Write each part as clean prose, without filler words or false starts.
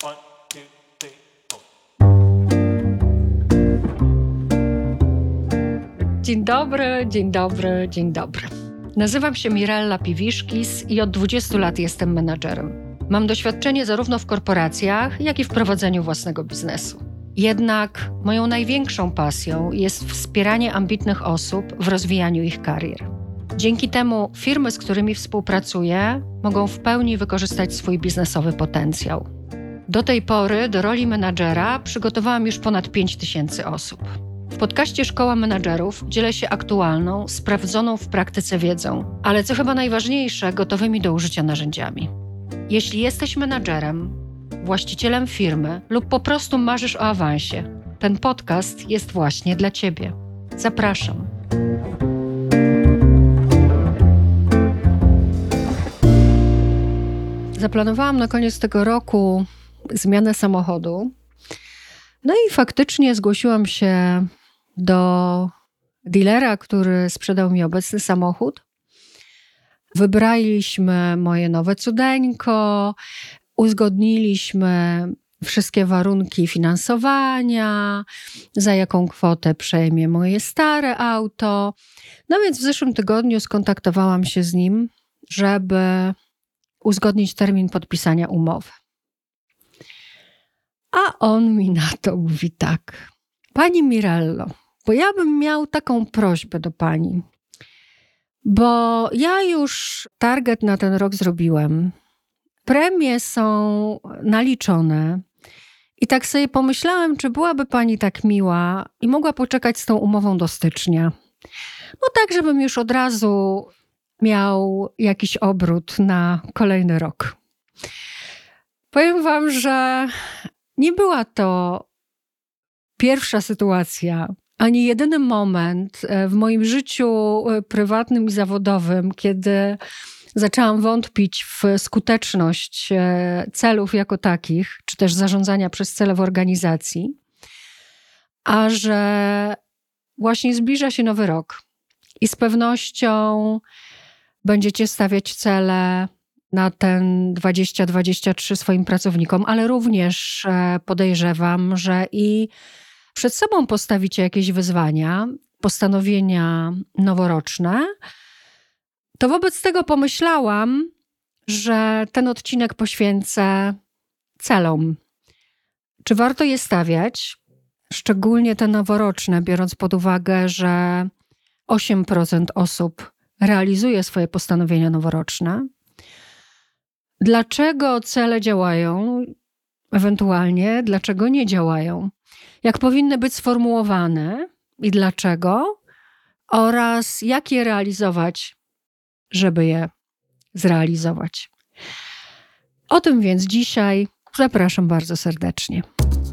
One, two, three, four. Dzień dobry, dzień dobry, dzień dobry. Nazywam się Mirella Piwiszkis i od 20 lat jestem menadżerem. Mam doświadczenie zarówno w korporacjach, jak i w prowadzeniu własnego biznesu. Jednak moją największą pasją jest wspieranie ambitnych osób w rozwijaniu ich karier. Dzięki temu firmy, z którymi współpracuję, mogą w pełni wykorzystać swój biznesowy potencjał. Do tej pory do roli menadżera przygotowałam już ponad 5000 osób. W podcaście Szkoła Menadżerów dzielę się aktualną, sprawdzoną w praktyce wiedzą, ale co chyba najważniejsze, gotowymi do użycia narzędziami. Jeśli jesteś menadżerem, właścicielem firmy lub po prostu marzysz o awansie, ten podcast jest właśnie dla Ciebie. Zapraszam. Zaplanowałam na koniec tego roku zmianę samochodu. No i faktycznie zgłosiłam się do dealera, który sprzedał mi obecny samochód. Wybraliśmy moje nowe cudeńko, uzgodniliśmy wszystkie warunki finansowania, za jaką kwotę przejmie moje stare auto. No więc w zeszłym tygodniu skontaktowałam się z nim, żeby uzgodnić termin podpisania umowy. A on mi na to mówi tak: Pani Mirello, bo ja bym miał taką prośbę do pani, bo ja już target na ten rok zrobiłem, premie są naliczone i tak sobie pomyślałem, czy byłaby pani tak miła i mogła poczekać z tą umową do stycznia. No tak, żebym już od razu miał jakiś obrót na kolejny rok. Powiem wam, że nie była to pierwsza sytuacja, ani jedyny moment w moim życiu prywatnym i zawodowym, kiedy zaczęłam wątpić w skuteczność celów jako takich, czy też zarządzania przez cele w organizacji, a że właśnie zbliża się nowy rok i z pewnością będziecie stawiać cele na ten 2023 swoim pracownikom, ale również podejrzewam, że i przed sobą postawicie jakieś wyzwania, postanowienia noworoczne, to wobec tego pomyślałam, że ten odcinek poświęcę celom. Czy warto je stawiać? Szczególnie te noworoczne, biorąc pod uwagę, że 8% osób realizuje swoje postanowienia noworoczne. Dlaczego cele działają? Ewentualnie, dlaczego nie działają? Jak powinny być sformułowane i dlaczego? Oraz jak je realizować, żeby je zrealizować. O tym więc dzisiaj zapraszam bardzo serdecznie.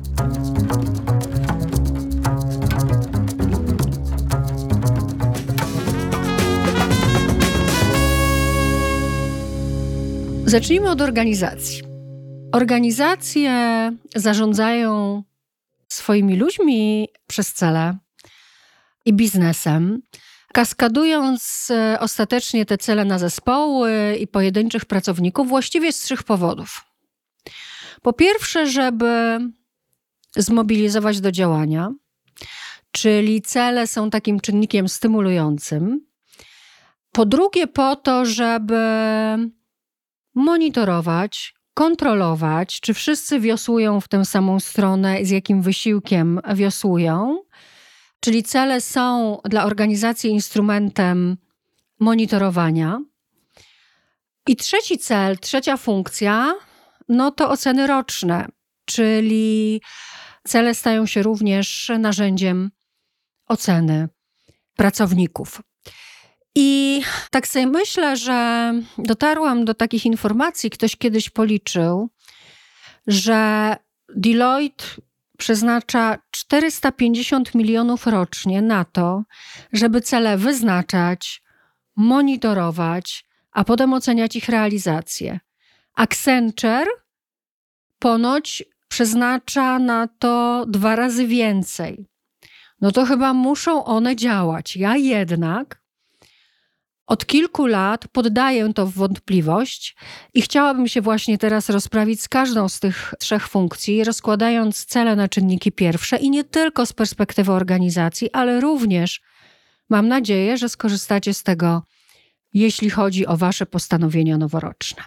Zacznijmy od organizacji. Organizacje zarządzają swoimi ludźmi przez cele i biznesem, kaskadując ostatecznie te cele na zespoły i pojedynczych pracowników właściwie z 3 powodów. Po pierwsze, żeby zmobilizować do działania, czyli cele są takim czynnikiem stymulującym. Po drugie, po to, żeby monitorować, kontrolować, czy wszyscy wiosłują w tę samą stronę, z jakim wysiłkiem wiosłują. Czyli cele są dla organizacji instrumentem monitorowania. I trzeci cel, trzecia funkcja, no to oceny roczne, czyli cele stają się również narzędziem oceny pracowników. I tak sobie myślę, że dotarłam do takich informacji, ktoś kiedyś policzył, że Deloitte przeznacza 450 milionów rocznie na to, żeby cele wyznaczać, monitorować, a potem oceniać ich realizację. Accenture ponoć przeznacza na to 2 razy więcej. No to chyba muszą one działać. Ja jednak Od kilku lat poddaję to w wątpliwość i chciałabym się właśnie teraz rozprawić z każdą z tych 3 funkcji, rozkładając cele na czynniki pierwsze i nie tylko z perspektywy organizacji, ale również mam nadzieję, że skorzystacie z tego, jeśli chodzi o wasze postanowienia noworoczne.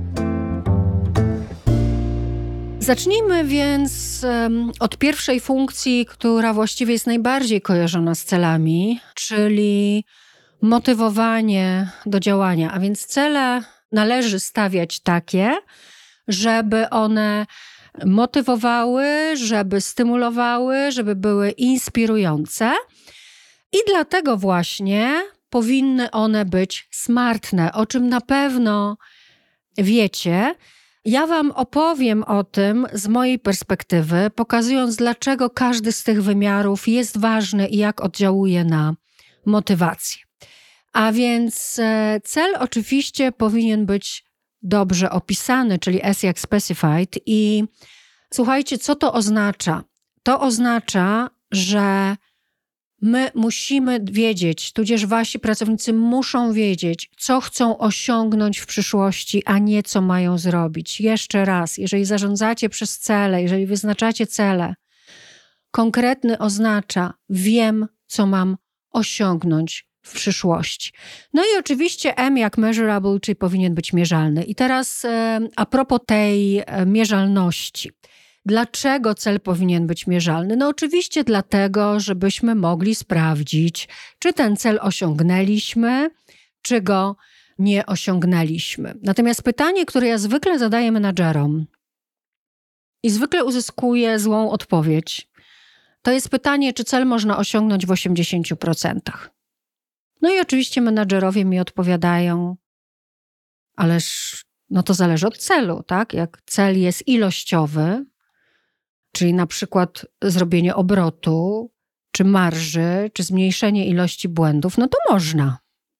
Zacznijmy więc od pierwszej funkcji, która właściwie jest najbardziej kojarzona z celami, czyli motywowanie do działania. A więc cele należy stawiać takie, żeby one motywowały, żeby stymulowały, żeby były inspirujące. I dlatego właśnie powinny one być smartne, o czym na pewno wiecie. Ja wam opowiem o tym z mojej perspektywy, pokazując, dlaczego każdy z tych wymiarów jest ważny i jak oddziałuje na motywację. A więc cel oczywiście powinien być dobrze opisany, czyli S jak specified. I słuchajcie, co to oznacza? To oznacza, że my musimy wiedzieć, tudzież wasi pracownicy muszą wiedzieć, co chcą osiągnąć w przyszłości, a nie co mają zrobić. Jeszcze raz, jeżeli zarządzacie przez cele, jeżeli wyznaczacie cele, konkretny oznacza wiem, co mam osiągnąć w przyszłości. No i oczywiście M jak measurable, czyli powinien być mierzalny. I teraz a propos tej mierzalności. Dlaczego cel powinien być mierzalny? No oczywiście dlatego, żebyśmy mogli sprawdzić, czy ten cel osiągnęliśmy, czy go nie osiągnęliśmy. Natomiast pytanie, które ja zwykle zadaję menadżerom i zwykle uzyskuję złą odpowiedź, to jest pytanie, czy cel można osiągnąć w 80%. No i oczywiście menadżerowie mi odpowiadają, ależ no to zależy od celu, tak? Jak cel jest ilościowy, czyli na przykład zrobienie obrotu, czy marży, czy zmniejszenie ilości błędów, no to można.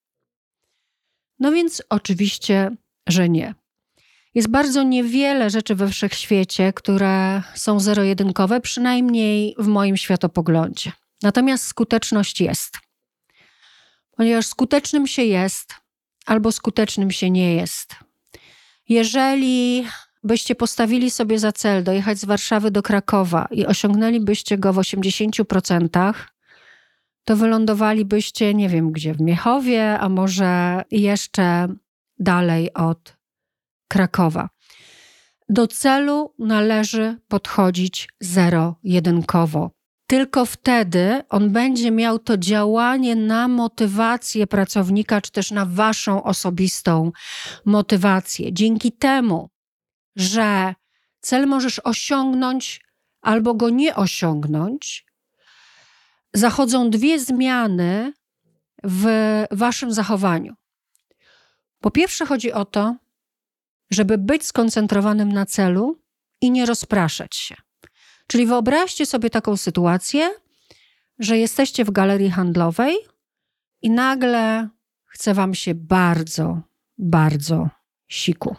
No więc oczywiście, że nie. Jest bardzo niewiele rzeczy we wszechświecie, które są zero-jedynkowe, przynajmniej w moim światopoglądzie. Natomiast skuteczność jest. Ponieważ skutecznym się jest, albo skutecznym się nie jest. Jeżeli byście postawili sobie za cel dojechać z Warszawy do Krakowa i osiągnęlibyście go w 80%, to wylądowalibyście nie wiem gdzie, w Miechowie, a może jeszcze dalej od Krakowa. Do celu należy podchodzić zero-jedynkowo. Tylko wtedy on będzie miał to działanie na motywację pracownika, czy też na waszą osobistą motywację. Dzięki temu, że cel możesz osiągnąć albo go nie osiągnąć, zachodzą 2 zmiany w waszym zachowaniu. Po pierwsze chodzi o to, żeby być skoncentrowanym na celu i nie rozpraszać się. Czyli wyobraźcie sobie taką sytuację, że jesteście w galerii handlowej i nagle chce wam się bardzo, bardzo siku.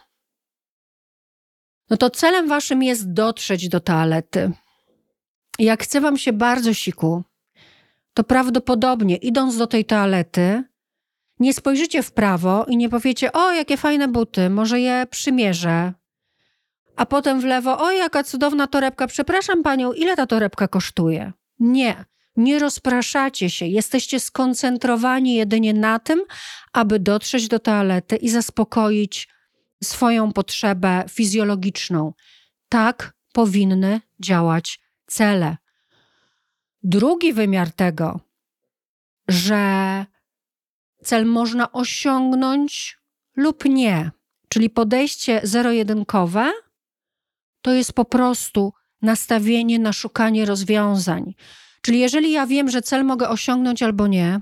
No to celem waszym jest dotrzeć do toalety. I jak chce wam się bardzo siku, to prawdopodobnie idąc do tej toalety, nie spojrzycie w prawo i nie powiecie, o jakie fajne buty, może je przymierzę. A potem w lewo, o jaka cudowna torebka, przepraszam panią, ile ta torebka kosztuje? Nie rozpraszacie się, jesteście skoncentrowani jedynie na tym, aby dotrzeć do toalety i zaspokoić swoją potrzebę fizjologiczną. Tak powinny działać cele. Drugi wymiar tego, że cel można osiągnąć lub nie, czyli podejście zero-jedynkowe, to jest po prostu nastawienie na szukanie rozwiązań. Czyli jeżeli ja wiem, że cel mogę osiągnąć albo nie,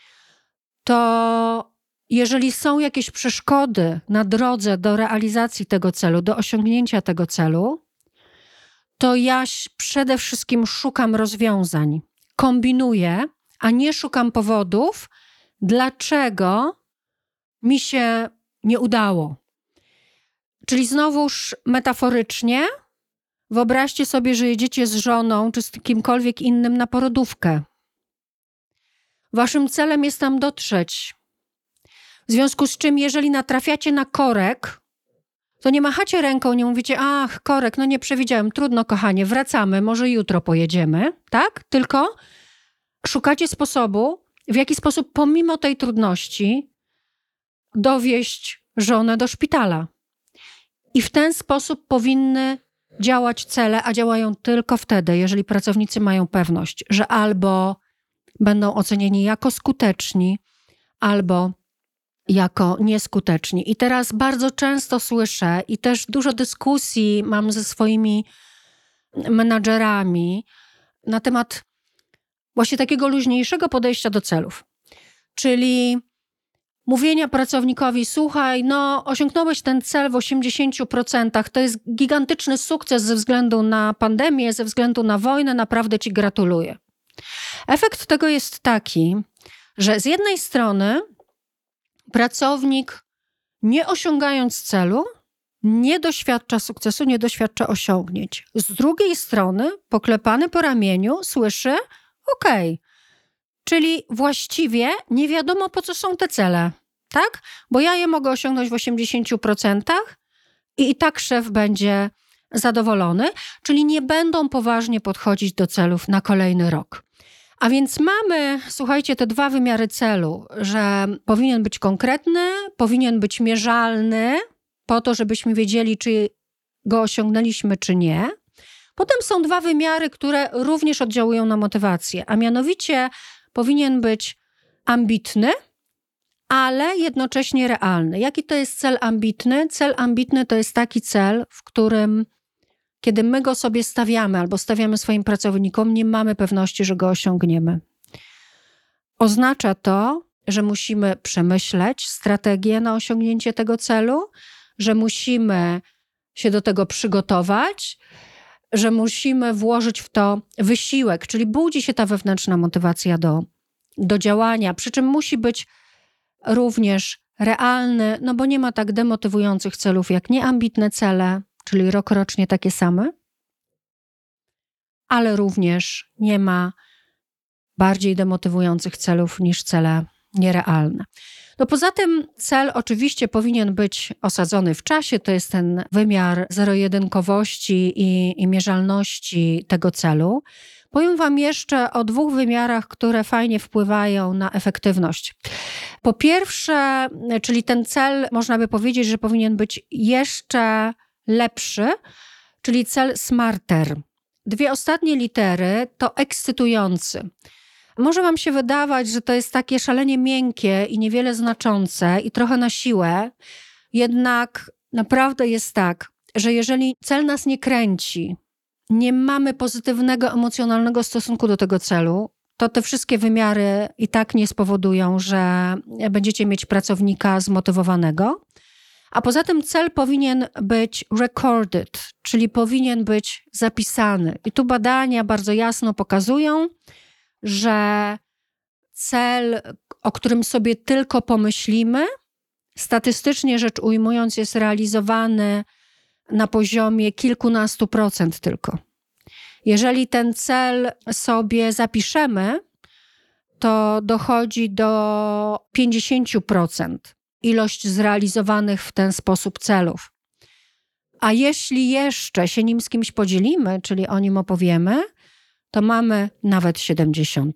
to jeżeli są jakieś przeszkody na drodze do realizacji tego celu, do osiągnięcia tego celu, to ja przede wszystkim szukam rozwiązań, kombinuję, a nie szukam powodów, dlaczego mi się nie udało. Czyli znowuż metaforycznie wyobraźcie sobie, że jedziecie z żoną czy z kimkolwiek innym na porodówkę. Waszym celem jest tam dotrzeć. W związku z czym, jeżeli natrafiacie na korek, to nie machacie ręką, nie mówicie, ach, korek, no nie przewidziałem, trudno kochanie, wracamy, może jutro pojedziemy, tak? Tylko szukacie sposobu, w jaki sposób pomimo tej trudności dowieść żonę do szpitala. I w ten sposób powinny działać cele, a działają tylko wtedy, jeżeli pracownicy mają pewność, że albo będą ocenieni jako skuteczni, albo jako nieskuteczni. I teraz bardzo często słyszę i też dużo dyskusji mam ze swoimi menadżerami na temat właśnie takiego luźniejszego podejścia do celów. Czyli mówienia pracownikowi, słuchaj, no osiągnąłeś ten cel w 80%, to jest gigantyczny sukces ze względu na pandemię, ze względu na wojnę, naprawdę ci gratuluję. Efekt tego jest taki, że z jednej strony pracownik, nie osiągając celu, nie doświadcza sukcesu, nie doświadcza osiągnięć. Z drugiej strony, poklepany po ramieniu, słyszy, okej, czyli właściwie nie wiadomo, po co są te cele, tak? Bo ja je mogę osiągnąć w 80% i tak szef będzie zadowolony, czyli nie będą poważnie podchodzić do celów na kolejny rok. A więc mamy, słuchajcie, te dwa wymiary celu, że powinien być konkretny, powinien być mierzalny, po to, żebyśmy wiedzieli, czy go osiągnęliśmy, czy nie. Potem są dwa wymiary, które również oddziałują na motywację, a mianowicie powinien być ambitny, ale jednocześnie realny. Jaki to jest cel ambitny? Cel ambitny to jest taki cel, w którym kiedy my go sobie stawiamy albo stawiamy swoim pracownikom, nie mamy pewności, że go osiągniemy. Oznacza to, że musimy przemyśleć strategię na osiągnięcie tego celu, że musimy się do tego przygotować, że musimy włożyć w to wysiłek, czyli budzi się ta wewnętrzna motywacja do działania, przy czym musi być również realny, no bo nie ma tak demotywujących celów jak nieambitne cele, czyli rokrocznie takie same, ale również nie ma bardziej demotywujących celów niż cele nierealne. No poza tym cel oczywiście powinien być osadzony w czasie, to jest ten wymiar zero-jedynkowości i mierzalności tego celu. Powiem wam jeszcze o dwóch wymiarach, które fajnie wpływają na efektywność. Po pierwsze, czyli ten cel, można by powiedzieć, że powinien być jeszcze lepszy, czyli cel smarter. Dwie ostatnie litery to ekscytujący. Może wam się wydawać, że to jest takie szalenie miękkie i niewiele znaczące i trochę na siłę, jednak naprawdę jest tak, że jeżeli cel nas nie kręci, nie mamy pozytywnego, emocjonalnego stosunku do tego celu, to te wszystkie wymiary i tak nie spowodują, że będziecie mieć pracownika zmotywowanego. A poza tym cel powinien być recorded, czyli powinien być zapisany. I tu badania bardzo jasno pokazują, że cel, o którym sobie tylko pomyślimy, statystycznie rzecz ujmując, jest realizowany na poziomie kilkunastu procent tylko. Jeżeli ten cel sobie zapiszemy, to dochodzi do 50% ilość zrealizowanych w ten sposób celów. A jeśli jeszcze się nim z kimś podzielimy, czyli o nim opowiemy, to mamy nawet 70%.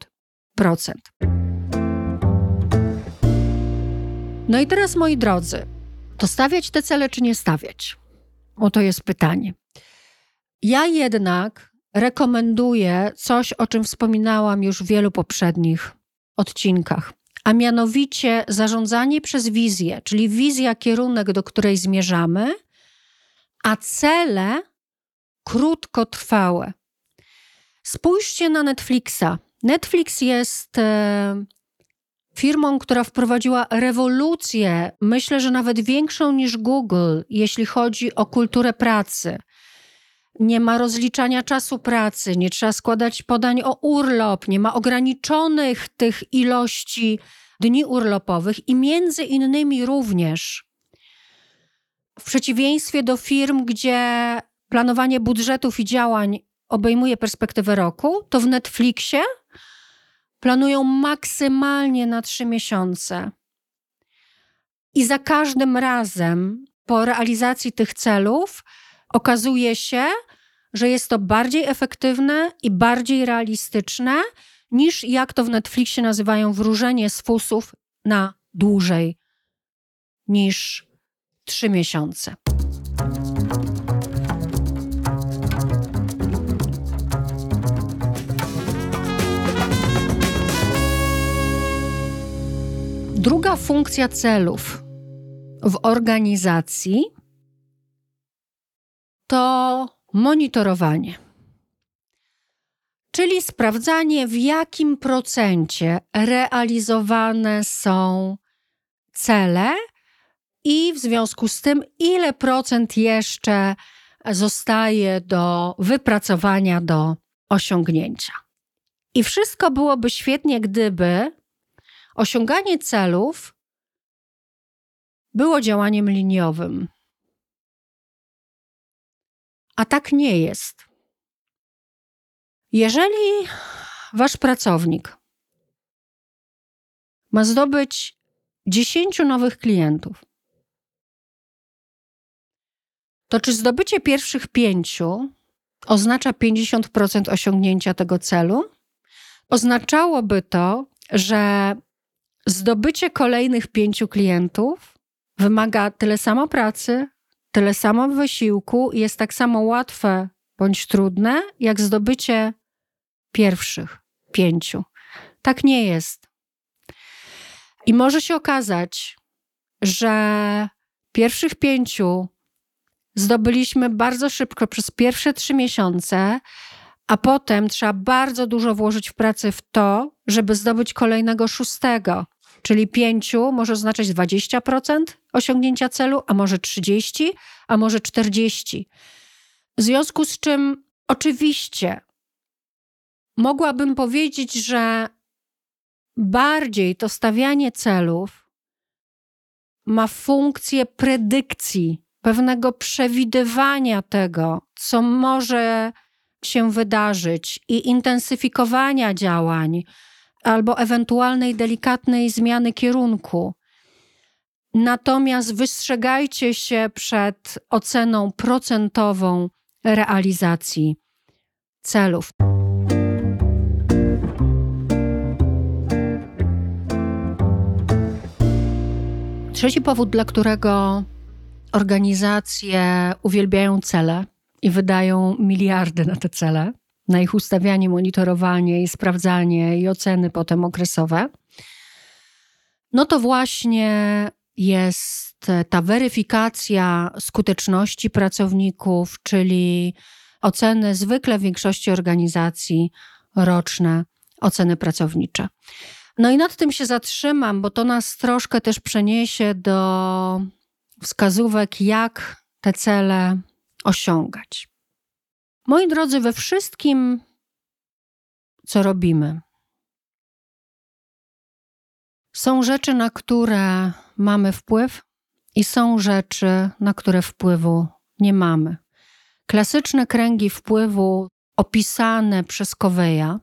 No i teraz, moi drodzy, to stawiać te cele czy nie stawiać? Oto jest pytanie. Ja jednak rekomenduję coś, o czym wspominałam już w wielu poprzednich odcinkach, a mianowicie zarządzanie przez wizję, czyli wizja, kierunek, do której zmierzamy, a cele krótkotrwałe. Spójrzcie na Netflixa. Netflix jest firmą, która wprowadziła rewolucję, myślę, że nawet większą niż Google, jeśli chodzi o kulturę pracy. Nie ma rozliczania czasu pracy, nie trzeba składać podań o urlop, nie ma ograniczonych tych ilości dni urlopowych i między innymi również w przeciwieństwie do firm, gdzie planowanie budżetów i działań obejmuje perspektywę roku, to w Netflixie planują maksymalnie na 3 miesiące. I za każdym razem po realizacji tych celów okazuje się, że jest to bardziej efektywne i bardziej realistyczne niż, jak to w Netflixie nazywają, wróżenie z fusów na dłużej niż 3 miesiące. Druga funkcja celów w organizacji to monitorowanie, czyli sprawdzanie, w jakim procencie realizowane są cele i w związku z tym, ile procent jeszcze zostaje do wypracowania, do osiągnięcia. I wszystko byłoby świetnie, gdyby osiąganie celów było działaniem liniowym. A tak nie jest. Jeżeli wasz pracownik ma zdobyć 10 nowych klientów, to czy zdobycie pierwszych 5 oznacza 50% osiągnięcia tego celu? Oznaczałoby to, że zdobycie kolejnych 5 klientów wymaga tyle samo pracy, tyle samo wysiłku i jest tak samo łatwe bądź trudne, jak zdobycie pierwszych 5. Tak nie jest. I może się okazać, że pierwszych 5 zdobyliśmy bardzo szybko przez pierwsze 3 miesiące, a potem trzeba bardzo dużo włożyć w pracę w to, żeby zdobyć kolejnego 6. Czyli 5 może oznaczać 20% osiągnięcia celu, a może 30%, a może 40%. W związku z czym oczywiście mogłabym powiedzieć, że bardziej to stawianie celów ma funkcję predykcji, pewnego przewidywania tego, co może się wydarzyć i intensyfikowania działań albo ewentualnej delikatnej zmiany kierunku. Natomiast wystrzegajcie się przed oceną procentową realizacji celów. Trzeci powód, dla którego organizacje uwielbiają cele i wydają miliardy na te cele, na ich ustawianie, monitorowanie i sprawdzanie i oceny potem okresowe, no to właśnie jest ta weryfikacja skuteczności pracowników, czyli oceny zwykle w większości organizacji roczne oceny pracownicze. No i nad tym się zatrzymam, bo to nas troszkę też przeniesie do wskazówek, jak te cele osiągać. Moi drodzy, we wszystkim, co robimy, są rzeczy, na które mamy wpływ i są rzeczy, na które wpływu nie mamy. Klasyczne kręgi wpływu opisane przez Coveya.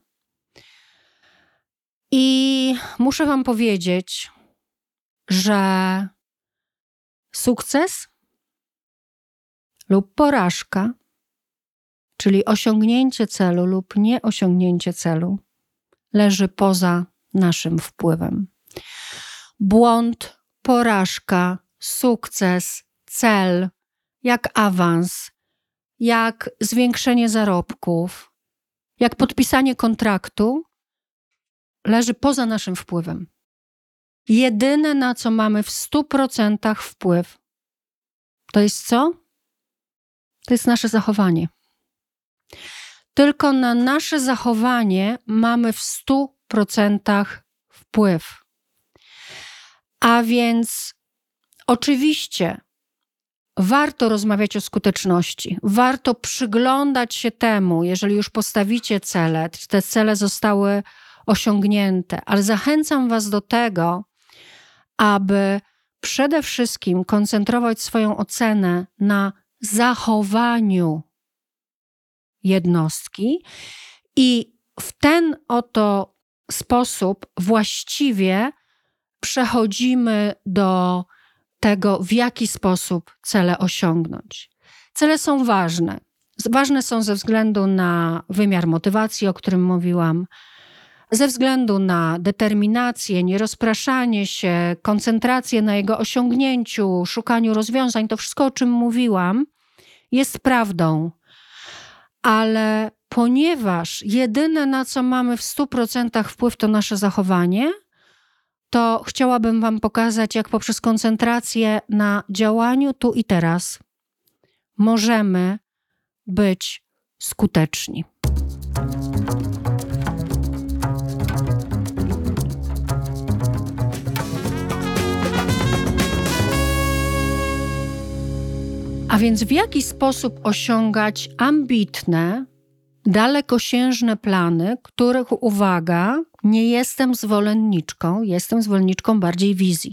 I muszę wam powiedzieć, że sukces lub porażka, czyli osiągnięcie celu lub nieosiągnięcie celu, leży poza naszym wpływem. Błąd, porażka, sukces, cel, jak awans, jak zwiększenie zarobków, jak podpisanie kontraktu, leży poza naszym wpływem. Jedyne, na co mamy w 100% wpływ, to jest co? To jest nasze zachowanie. Tylko na nasze zachowanie mamy w 100% wpływ. A więc oczywiście warto rozmawiać o skuteczności. Warto przyglądać się temu, jeżeli już postawicie cele, czy te cele zostały osiągnięte, ale zachęcam was do tego, aby przede wszystkim koncentrować swoją ocenę na zachowaniu jednostki i w ten oto sposób właściwie przechodzimy do tego, w jaki sposób cele osiągnąć. Cele są ważne. Ważne są ze względu na wymiar motywacji, o którym mówiłam, ze względu na determinację, nierozpraszanie się, koncentrację na jego osiągnięciu, szukaniu rozwiązań. To wszystko, o czym mówiłam, jest prawdą. Ale ponieważ jedyne, na co mamy w 100% wpływ, to nasze zachowanie, to chciałabym wam pokazać, jak poprzez koncentrację na działaniu tu i teraz możemy być skuteczni. A więc w jaki sposób osiągać ambitne, dalekosiężne plany, których, uwaga, nie jestem zwolenniczką bardziej wizji.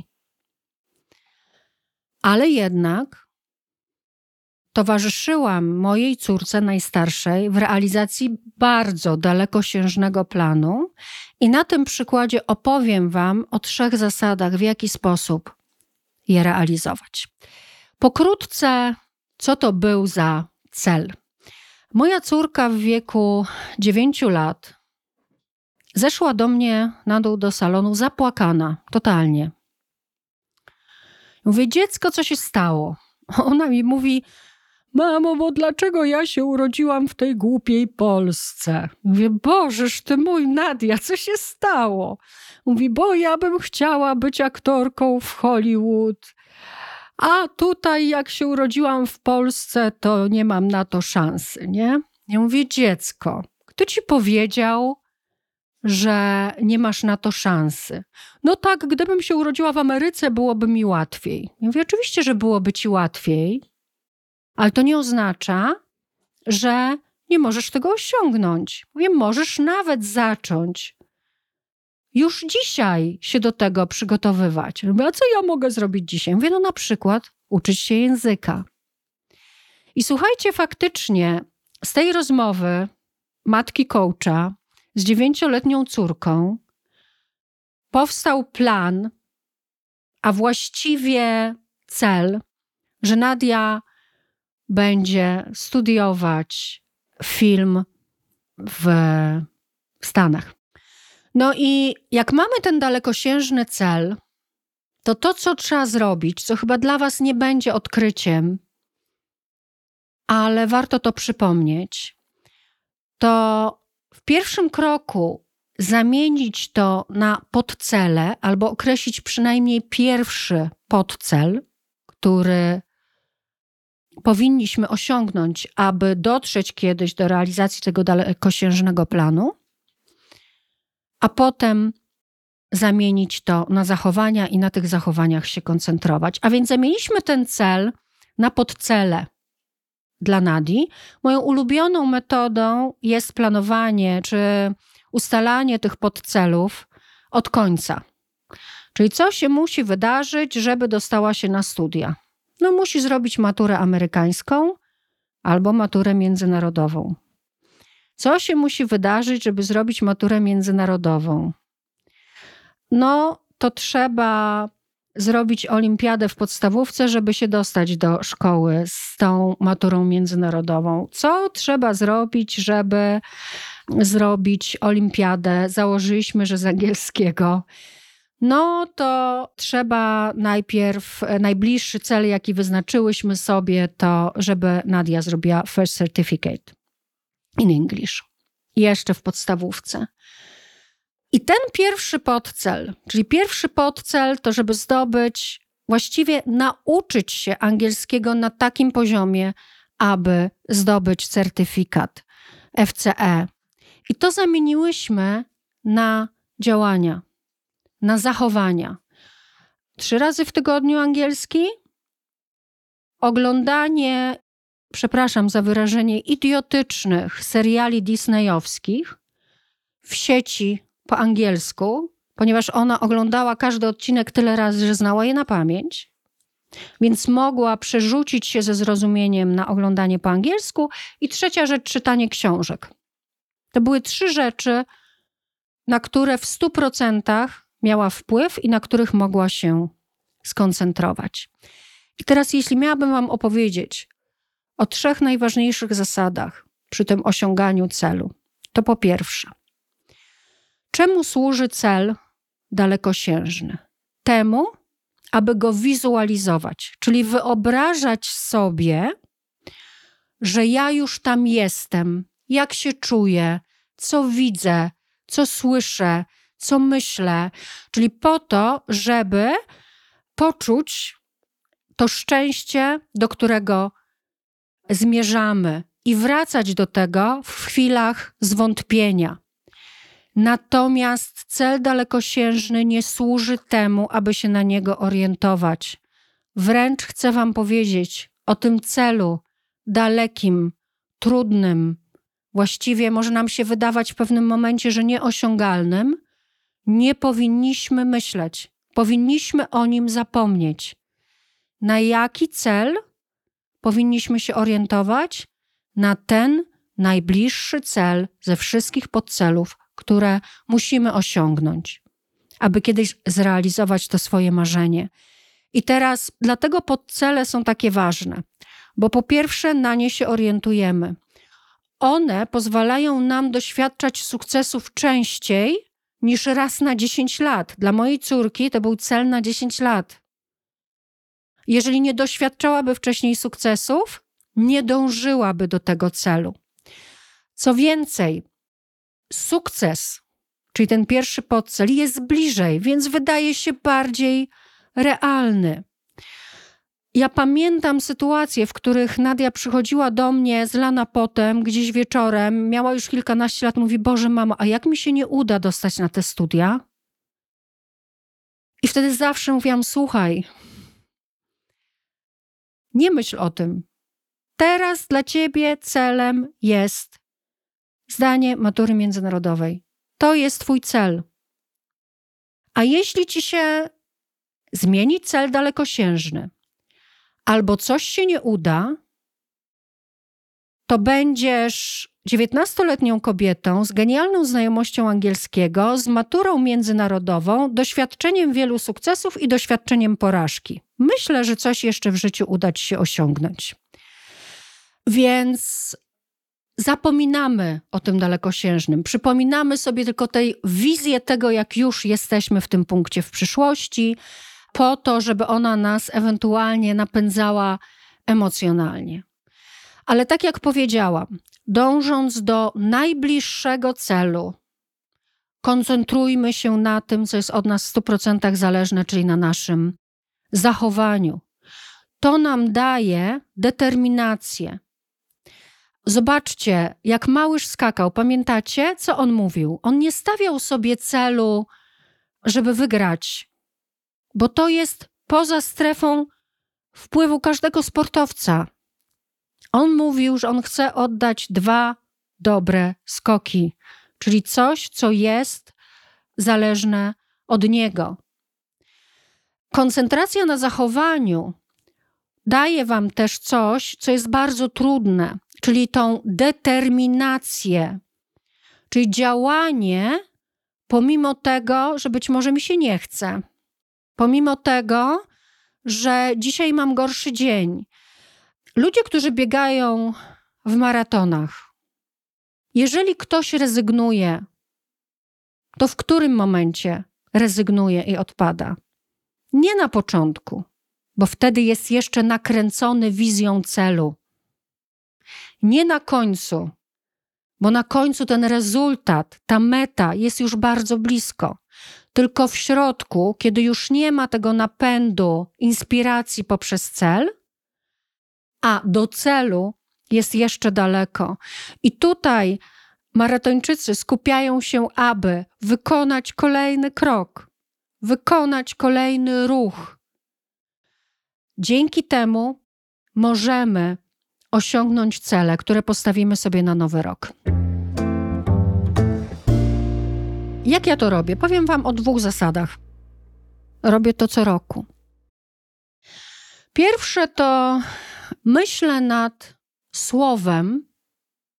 Ale jednak towarzyszyłam mojej córce najstarszej w realizacji bardzo dalekosiężnego planu i na tym przykładzie opowiem wam o 3 zasadach, w jaki sposób je realizować. Pokrótce, co to był za cel? Moja córka w wieku 9 lat zeszła do mnie na dół do salonu zapłakana, totalnie. Mówię, dziecko, co się stało? Ona mi mówi, mamo, bo dlaczego ja się urodziłam w tej głupiej Polsce? Mówię, Bożeż ty mój, Nadia, co się stało? Mówi, bo ja bym chciała być aktorką w Hollywood, a tutaj jak się urodziłam w Polsce, to nie mam na to szansy, nie? Ja mówię, dziecko, kto ci powiedział, że nie masz na to szansy? No tak, gdybym się urodziła w Ameryce, byłoby mi łatwiej. Ja mówię, oczywiście, że byłoby ci łatwiej, ale to nie oznacza, że nie możesz tego osiągnąć. Mówię, możesz nawet zacząć już dzisiaj się do tego przygotowywać. Mówię, a co ja mogę zrobić dzisiaj? Mówię, no na przykład uczyć się języka. I słuchajcie, faktycznie z tej rozmowy matki coacha z 9-letnią córką powstał plan, a właściwie cel, że Nadia będzie studiować film w Stanach. No i jak mamy ten dalekosiężny cel, to co trzeba zrobić, co chyba dla was nie będzie odkryciem, ale warto to przypomnieć, to w pierwszym kroku zamienić to na podcele albo określić przynajmniej pierwszy podcel, który powinniśmy osiągnąć, aby dotrzeć kiedyś do realizacji tego dalekosiężnego planu, a potem zamienić to na zachowania i na tych zachowaniach się koncentrować. A więc zamieniliśmy ten cel na podcele dla Nadii. Moją ulubioną metodą jest planowanie czy ustalanie tych podcelów od końca. Czyli co się musi wydarzyć, żeby dostała się na studia? No musi zrobić maturę amerykańską albo maturę międzynarodową. Co się musi wydarzyć, żeby zrobić maturę międzynarodową? No to trzeba zrobić olimpiadę w podstawówce, żeby się dostać do szkoły z tą maturą międzynarodową. Co trzeba zrobić, żeby zrobić olimpiadę? Założyliśmy, że z angielskiego. No to trzeba najpierw, najbliższy cel, jaki wyznaczyłyśmy sobie, to żeby Nadia zrobiła first certificate in English. Jeszcze w podstawówce. I ten pierwszy podcel, czyli pierwszy podcel to, żeby zdobyć, właściwie nauczyć się angielskiego na takim poziomie, aby zdobyć certyfikat FCE. I to zamieniłyśmy na działania, na zachowania. 3 razy w tygodniu angielski, oglądanie, przepraszam za wyrażenie, idiotycznych seriali disneyowskich w sieci po angielsku, ponieważ ona oglądała każdy odcinek tyle razy, że znała je na pamięć, więc mogła przerzucić się ze zrozumieniem na oglądanie po angielsku. I 3. rzecz, czytanie książek. To były 3 rzeczy, na które w 100% miała wpływ i na których mogła się skoncentrować. I teraz, jeśli miałabym wam opowiedzieć o 3 najważniejszych zasadach przy tym osiąganiu celu, to po pierwsze, czemu służy cel dalekosiężny? Temu, aby go wizualizować, czyli wyobrażać sobie, że ja już tam jestem, jak się czuję, co widzę, co słyszę, co myślę, czyli po to, żeby poczuć to szczęście, do którego zmierzamy i wracać do tego w chwilach zwątpienia. Natomiast cel dalekosiężny nie służy temu, aby się na niego orientować. Wręcz chcę wam powiedzieć o tym celu dalekim, trudnym, właściwie może nam się wydawać w pewnym momencie, że nieosiągalnym, nie powinniśmy myśleć. Powinniśmy o nim zapomnieć. Na jaki cel powinniśmy się orientować? Na ten najbliższy cel ze wszystkich podcelów, które musimy osiągnąć, aby kiedyś zrealizować to swoje marzenie. I teraz dlatego podcele są takie ważne, bo po pierwsze na nie się orientujemy. One pozwalają nam doświadczać sukcesów częściej niż raz na 10 lat. Dla mojej córki to był cel na 10 lat. Jeżeli nie doświadczałaby wcześniej sukcesów, nie dążyłaby do tego celu. Co więcej, sukces, czyli ten pierwszy podcel, jest bliżej, więc wydaje się bardziej realny. Ja pamiętam sytuacje, w których Nadia przychodziła do mnie zlana potem, gdzieś wieczorem, miała już kilkanaście lat, mówi: Boże, mamo, a jak mi się nie uda dostać na te studia? I wtedy zawsze mówiłam: słuchaj, nie myśl o tym. Teraz dla ciebie celem jest zdanie matury międzynarodowej. To jest twój cel. A jeśli ci się zmieni cel dalekosiężny, albo coś się nie uda, to będziesz 19-letnią kobietą z genialną znajomością angielskiego, z maturą międzynarodową, doświadczeniem wielu sukcesów i doświadczeniem porażki. Myślę, że coś jeszcze w życiu uda ci się osiągnąć. Więc zapominamy o tym dalekosiężnym. Przypominamy sobie tylko tej wizję tego, jak już jesteśmy w tym punkcie w przyszłości, po to, żeby ona nas ewentualnie napędzała emocjonalnie. Ale tak jak powiedziałam, dążąc do najbliższego celu, koncentrujmy się na tym, co jest od nas w 100% zależne, czyli na naszym zachowaniu. To nam daje determinację. Zobaczcie, jak Małysz skakał. Pamiętacie, co on mówił? On nie stawiał sobie celu, żeby wygrać, bo to jest poza strefą wpływu każdego sportowca. On mówił, że on chce oddać 2 dobre skoki, czyli coś, co jest zależne od niego. Koncentracja na zachowaniu daje wam też coś, co jest bardzo trudne, czyli tą determinację, czyli działanie pomimo tego, że być może mi się nie chce, pomimo tego, że dzisiaj mam gorszy dzień. Ludzie, którzy biegają w maratonach, jeżeli ktoś rezygnuje, to w którym momencie rezygnuje i odpada? Nie na początku, bo wtedy jest jeszcze nakręcony wizją celu. Nie na końcu, bo na końcu ten rezultat, ta meta jest już bardzo blisko. Tylko w środku, kiedy już nie ma tego napędu, inspiracji poprzez cel, a do celu jest jeszcze daleko. I tutaj maratończycy skupiają się, aby wykonać kolejny krok, wykonać kolejny ruch. Dzięki temu możemy osiągnąć cele, które postawimy sobie na nowy rok. Jak ja to robię? Powiem wam o 2 zasadach. Robię to co roku. Pierwsze to myślę nad słowem,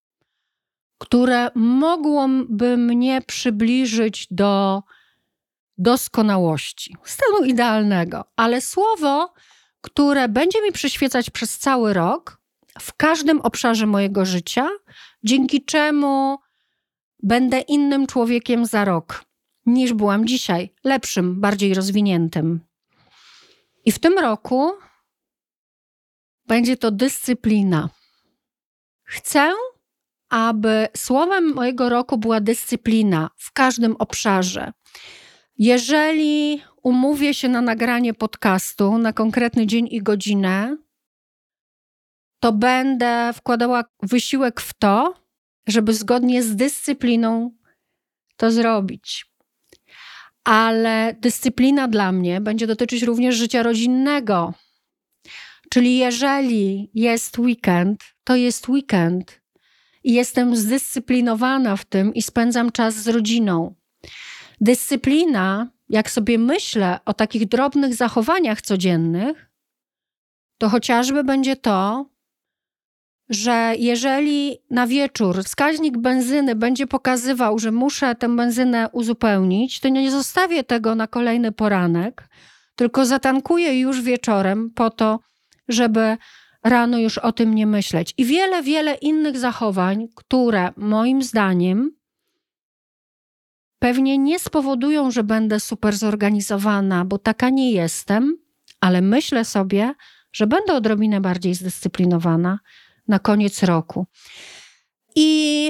które mogłoby mnie przybliżyć do doskonałości, stanu idealnego, ale słowo, które będzie mi przyświecać przez cały rok, w każdym obszarze mojego życia, dzięki czemu będę innym człowiekiem za rok, niż byłam dzisiaj, lepszym, bardziej rozwiniętym. I w tym roku będzie to dyscyplina. Chcę, aby słowem mojego roku była dyscyplina w każdym obszarze. Jeżeli umówię się na nagranie podcastu na konkretny dzień i godzinę, to będę wkładała wysiłek w to, żeby zgodnie z dyscypliną to zrobić. Ale dyscyplina dla mnie będzie dotyczyć również życia rodzinnego. Czyli jeżeli jest weekend, to jest weekend i jestem zdyscyplinowana w tym i spędzam czas z rodziną. Dyscyplina, jak sobie myślę o takich drobnych zachowaniach codziennych, to chociażby będzie to, że jeżeli na wieczór wskaźnik benzyny będzie pokazywał, że muszę tę benzynę uzupełnić, to nie zostawię tego na kolejny poranek, tylko zatankuję już wieczorem po to, żeby rano już o tym nie myśleć. I wiele, wiele innych zachowań, które moim zdaniem pewnie nie spowodują, że będę super zorganizowana, bo taka nie jestem, ale myślę sobie, że będę odrobinę bardziej zdyscyplinowana na koniec roku. I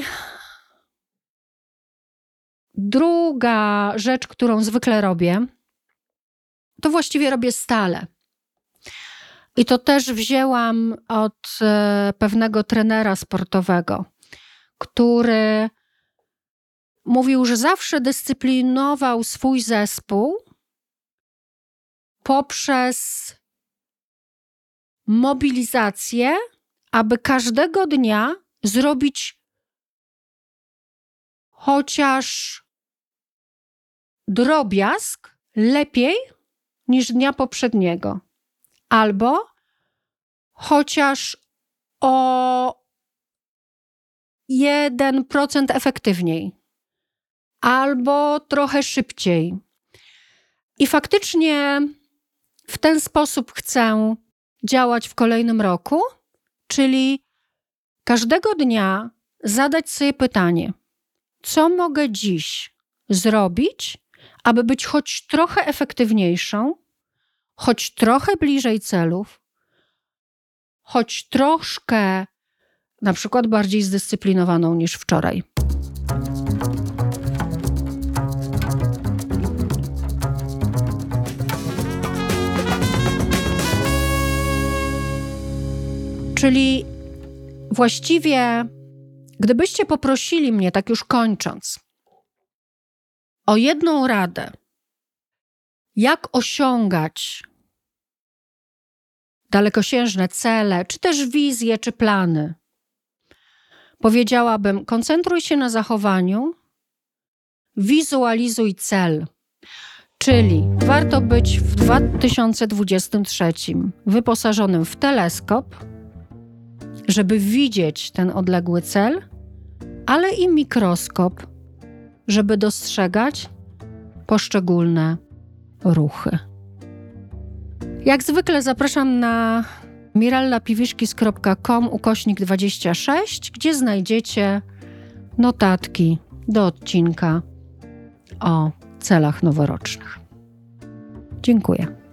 druga rzecz, którą zwykle robię, to właściwie robię stale. I to też wzięłam od pewnego trenera sportowego, który mówił, że zawsze dyscyplinował swój zespół poprzez mobilizację, aby każdego dnia zrobić chociaż drobiazg lepiej niż dnia poprzedniego. Albo chociaż o 1% efektywniej. Albo trochę szybciej. I faktycznie w ten sposób chcę działać w kolejnym roku, czyli każdego dnia zadać sobie pytanie, co mogę dziś zrobić, aby być choć trochę efektywniejszą, choć trochę bliżej celów, choć troszkę na przykład bardziej zdyscyplinowaną niż wczoraj. Czyli właściwie, gdybyście poprosili mnie, tak już kończąc, o jedną radę, jak osiągać dalekosiężne cele, czy też wizje, czy plany, powiedziałabym, koncentruj się na zachowaniu, wizualizuj cel. Czyli warto być w 2023 wyposażonym w teleskop, żeby widzieć ten odległy cel, ale i mikroskop, żeby dostrzegać poszczególne ruchy. Jak zwykle zapraszam na mirellapiwiszkis.com/26, gdzie znajdziecie notatki do odcinka o celach noworocznych. Dziękuję.